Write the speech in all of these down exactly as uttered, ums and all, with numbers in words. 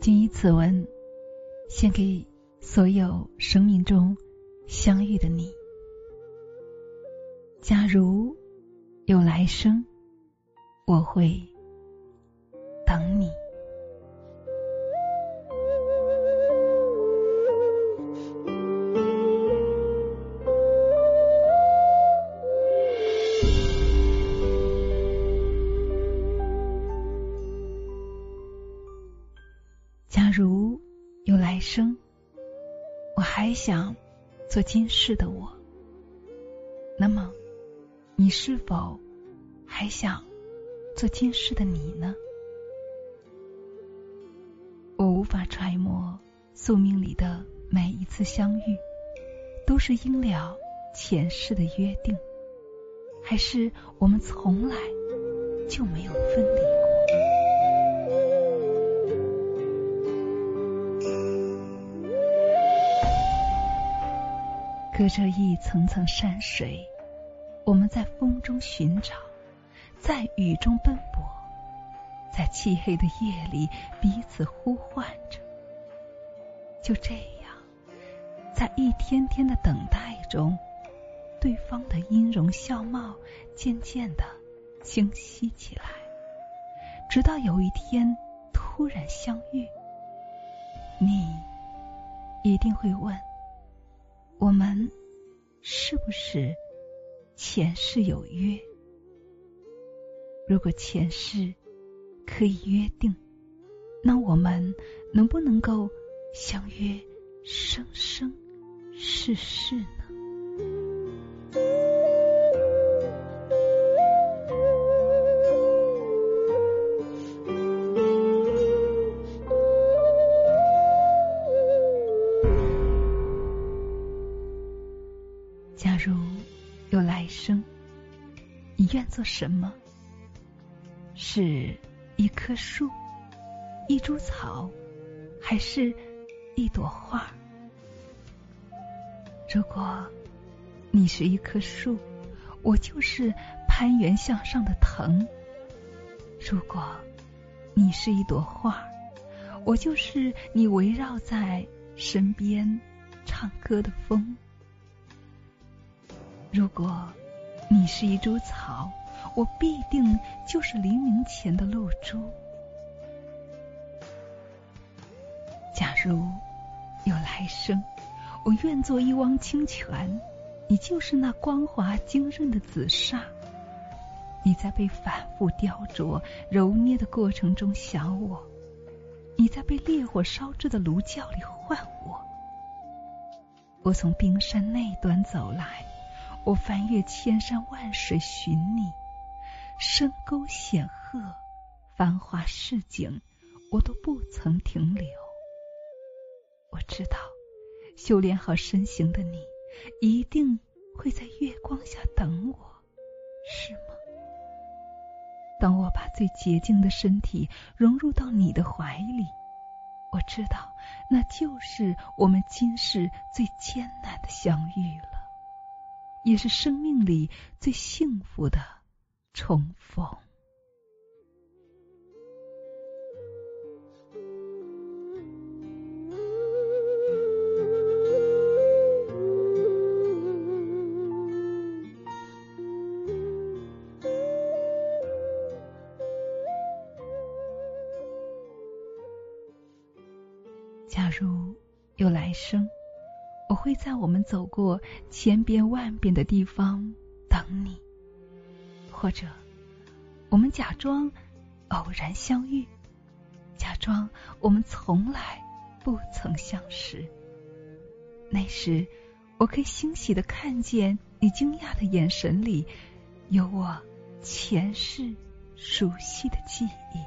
谨以此文献给所有生命中相遇的你。假如有来生，我会等你。假如有来生，我还想做今世的我，那么你是否还想做今世的你呢？我无法揣摩宿命里的每一次相遇都是因了前世的约定，还是我们从来就没有分离过。隔着一层层山水，我们在风中寻找，在雨中奔波，在漆黑的夜里彼此呼唤着。就这样，在一天天的等待中，对方的音容笑貌渐渐地清晰起来，直到有一天突然相遇。你一定会问，我们是不是前世有约？如果前世可以约定，那我们能不能够相约生生世世呢？假如有来生，你愿做什么？是一棵树，一株草，还是一朵花？如果你是一棵树，我就是攀援向上的藤；如果你是一朵花，我就是你围绕在身边唱歌的风；如果你是一株草，我必定就是黎明前的露珠。假如有来生，我愿做一汪清泉，你就是那光滑晶润的紫砂。你在被反复雕琢揉捏的过程中想我，你在被烈火烧制的炉窖里唤我。我从冰山那端走来，我翻越千山万水寻你，深沟险壑，繁华市井，我都不曾停留。我知道，修炼好身形的你，一定会在月光下等我，是吗？当我把最洁净的身体融入到你的怀里，我知道，那就是我们今世最艰难的相遇了，也是生命里最幸福的重逢。假如有来生，我会在我们走过千遍万遍的地方等你，或者我们假装偶然相遇，假装我们从来不曾相识。那时我可以欣喜地看见你惊讶的眼神里有我前世熟悉的记忆。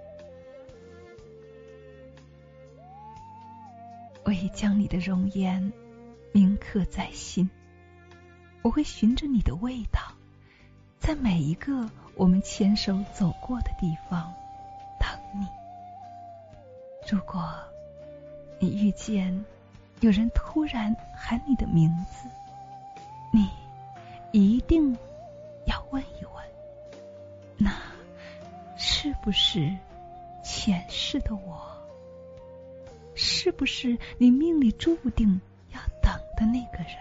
我已将你的容颜铭刻在心，我会循着你的味道，在每一个我们牵手走过的地方等你。如果你遇见有人突然喊你的名字，你一定要问一问，那是不是前世的我？ 是不是你命里注定要等的那个人？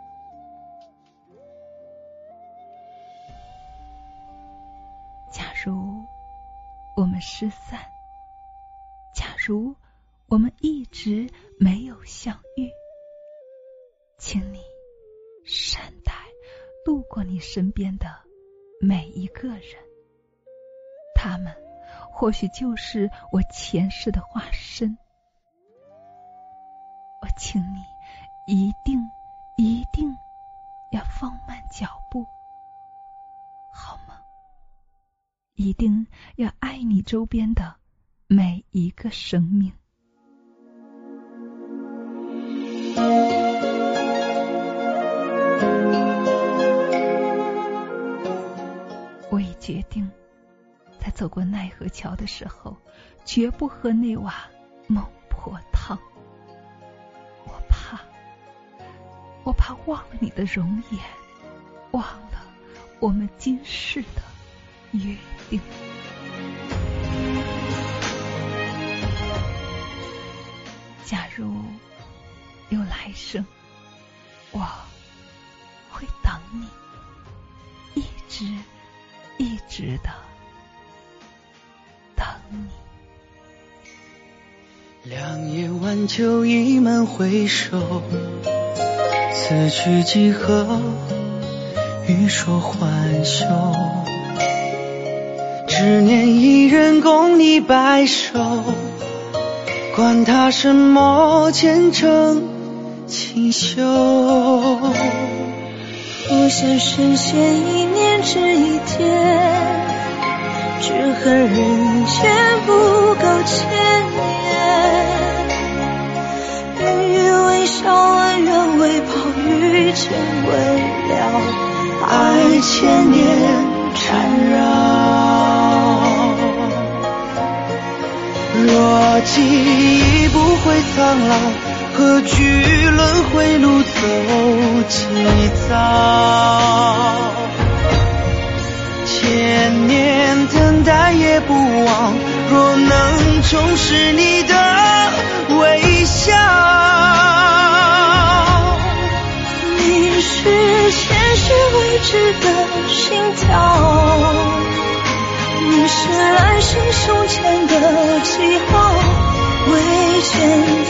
假如我们失散，假如我们一直没有相遇，请你善待路过你身边的每一个人，他们或许就是我前世的化身。我请你一定一定要放慢脚步，好吗？一定要爱你周边的每一个生命。我已决定，在走过奈何桥的时候，绝不喝那碗孟婆汤。我怕，我怕忘了你的容颜，忘了我们今世的约定。假如有来生，我会等你，一直一直的等你。 两夜晚酒一门回首，此去几何，欲说还休。只念一人共你白首，管他什么前程清秀。 不想深陷一念只一天，只恨人间不够千年。云雨微笑，安然为报，遇见未了，爱千年缠绕。 若记忆不会苍老，何惧轮回路走几遭？千年等待也不忘，若能重拾你的微笑。 你是前世未知的心跳，你是来生胸前的记号，未见